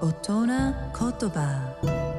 大人言葉。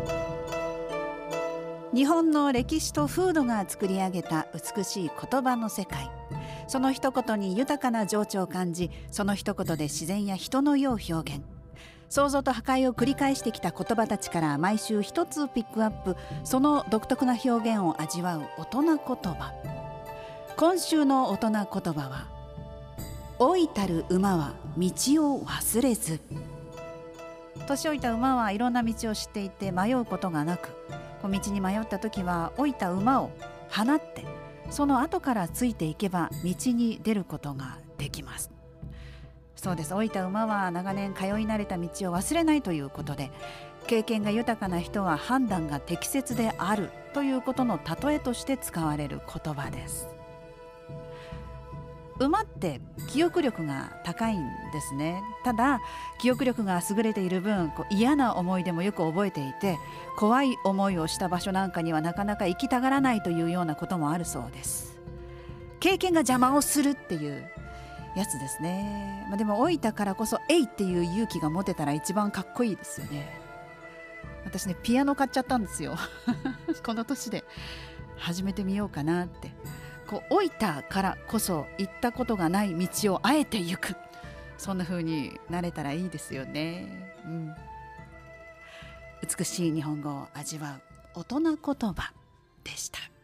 日本の歴史と風土が作り上げた美しい言葉の世界。その一言に豊かな情緒を感じ、その一言で自然や人の世を表現。創造と破壊を繰り返してきた言葉たちから毎週一つピックアップ、その独特な表現を味わう大人言葉。今週の大人言葉は、老いたる馬は道を忘れず。年老いた馬はいろんな道を知っていて迷うことがなく、道に迷った時は老いた馬を放って、その後からついていけば道に出ることができます。そうです。老いた馬は長年通い慣れた道を忘れないということで、経験が豊かな人は判断が適切であるということの例えとして使われる言葉です。馬って記憶力が高いんですね。ただ記憶力が優れている分、嫌な思い出もよく覚えていて、怖い思いをした場所なんかにはなかなか行きたがらないというようなこともあるそうです。経験が邪魔をするっていうやつですね。でも老いたからこそえいっていう勇気が持てたら一番かっこいいですよね。私ね、ピアノ買っちゃったんですよこの年で始めてみようかなって。老いたからこそ行ったことがない道をあえて行く、そんな風になれたらいいですよね。美しい日本語を味わう大人言葉でした。